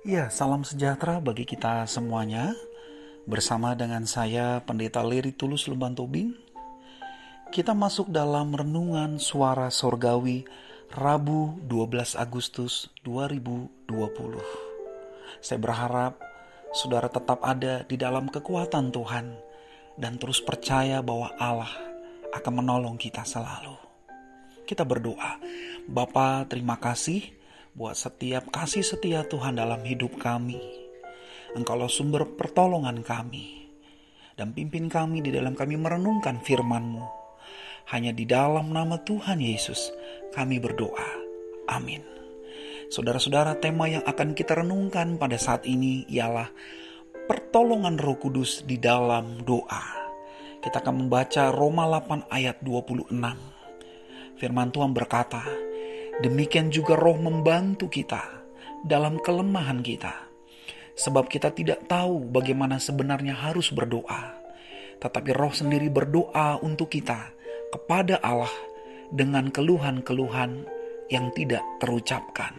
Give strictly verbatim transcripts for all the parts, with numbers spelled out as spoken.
Ya, salam sejahtera bagi kita semuanya. Bersama dengan saya, Pendeta Leri Tulus Lumban Tobing. Kita masuk dalam renungan suara sorgawi Rabu dua belas Agustus dua ribu dua puluh. Saya berharap saudara tetap ada di dalam kekuatan Tuhan dan terus percaya bahwa Allah akan menolong kita selalu. Kita berdoa. Bapa, terima kasih buat setiap kasih setia Tuhan dalam hidup kami. Engkaulah sumber pertolongan kami, dan pimpin kami di dalam kami merenungkan firman-Mu. Hanya di dalam nama Tuhan Yesus kami berdoa. Amin. Saudara-saudara, tema yang akan kita renungkan pada saat ini ialah pertolongan Roh Kudus di dalam doa. Kita akan membaca Roma delapan ayat dua puluh enam. Firman Tuhan berkata, demikian juga Roh membantu kita dalam kelemahan kita. Sebab kita tidak tahu bagaimana sebenarnya harus berdoa. Tetapi Roh sendiri berdoa untuk kita kepada Allah dengan keluhan-keluhan yang tidak terucapkan.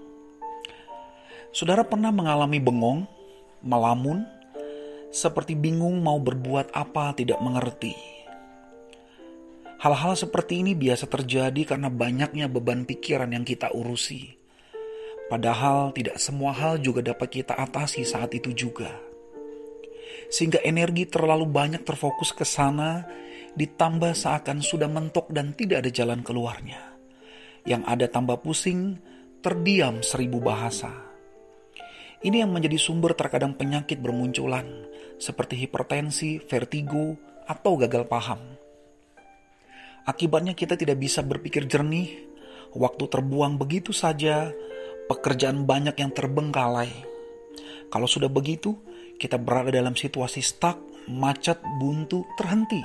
Saudara pernah mengalami bengong, melamun, seperti bingung mau berbuat apa tidak mengerti. Hal-hal seperti ini biasa terjadi karena banyaknya beban pikiran yang kita urusi. Padahal tidak semua hal juga dapat kita atasi saat itu juga. Sehingga energi terlalu banyak terfokus ke sana, ditambah seakan sudah mentok dan tidak ada jalan keluarnya. Yang ada tambah pusing, terdiam seribu bahasa. Ini yang menjadi sumber terkadang penyakit bermunculan, seperti hipertensi, vertigo, atau gagal paham. Akibatnya kita tidak bisa berpikir jernih, waktu terbuang begitu saja, pekerjaan banyak yang terbengkalai. Kalau sudah begitu, kita berada dalam situasi stuck, macet, buntu, terhenti.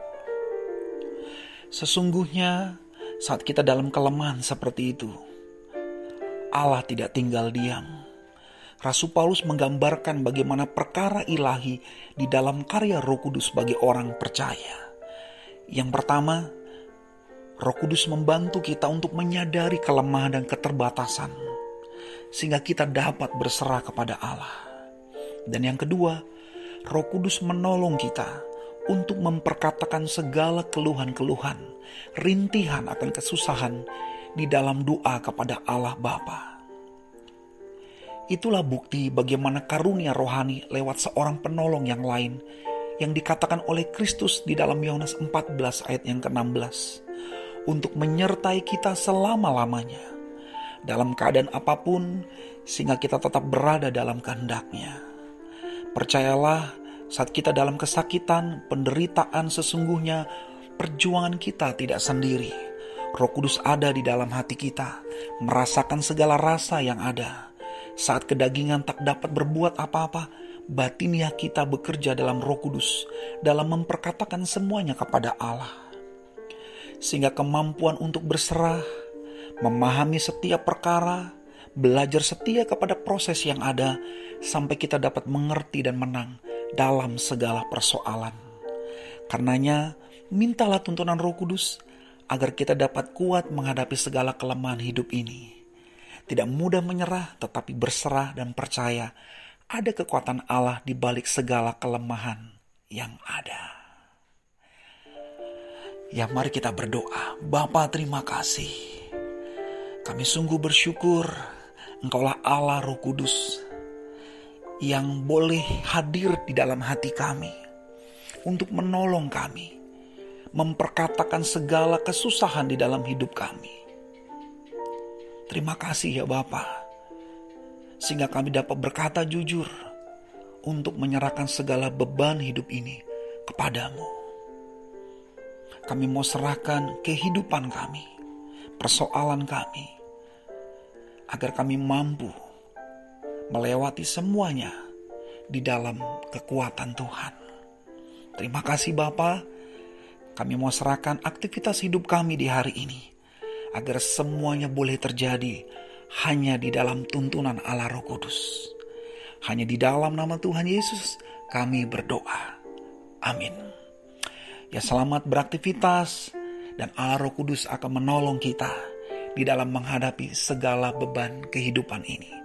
Sesungguhnya saat kita dalam kelemahan seperti itu, Allah tidak tinggal diam. Rasul Paulus menggambarkan bagaimana perkara ilahi di dalam karya Roh Kudus bagi orang percaya. Yang pertama, Roh Kudus membantu kita untuk menyadari kelemahan dan keterbatasan, sehingga kita dapat berserah kepada Allah. Dan yang kedua, Roh Kudus menolong kita untuk memperkatakan segala keluhan-keluhan, rintihan akan kesusahan di dalam doa kepada Allah Bapa. Itulah bukti bagaimana karunia rohani lewat seorang penolong yang lain yang dikatakan oleh Kristus di dalam Yohanes empat belas ayat yang ke enam belas. Untuk menyertai kita selama-lamanya dalam keadaan apapun, sehingga kita tetap berada dalam kehendak-Nya. Percayalah, saat kita dalam kesakitan, penderitaan, sesungguhnya perjuangan kita tidak sendiri. Roh Kudus ada di dalam hati kita, merasakan segala rasa yang ada. Saat kedagingan tak dapat berbuat apa-apa, batiniah kita bekerja dalam Roh Kudus, dalam memperkatakan semuanya kepada Allah. Sehingga kemampuan untuk berserah, memahami setiap perkara, belajar setia kepada proses yang ada, sampai kita dapat mengerti dan menang dalam segala persoalan. Karenanya, mintalah tuntunan Roh Kudus, agar kita dapat kuat menghadapi segala kelemahan hidup ini. Tidak mudah menyerah, tetapi berserah dan percaya ada kekuatan Allah di balik segala kelemahan yang ada. Ya, mari kita berdoa. Bapa, terima kasih. Kami sungguh bersyukur Engkaulah Allah Roh Kudus yang boleh hadir di dalam hati kami untuk menolong kami, memperkatakan segala kesusahan di dalam hidup kami. Terima kasih ya Bapa, sehingga kami dapat berkata jujur untuk menyerahkan segala beban hidup ini kepadamu. Kami mau serahkan kehidupan kami, persoalan kami, agar kami mampu melewati semuanya di dalam kekuatan Tuhan. Terima kasih Bapa, kami mau serahkan aktivitas hidup kami di hari ini, agar semuanya boleh terjadi hanya di dalam tuntunan Allah Roh Kudus. Hanya di dalam nama Tuhan Yesus kami berdoa. Amin. Ya, selamat beraktivitas, dan Allah Roh Kudus akan menolong kita di dalam menghadapi segala beban kehidupan ini.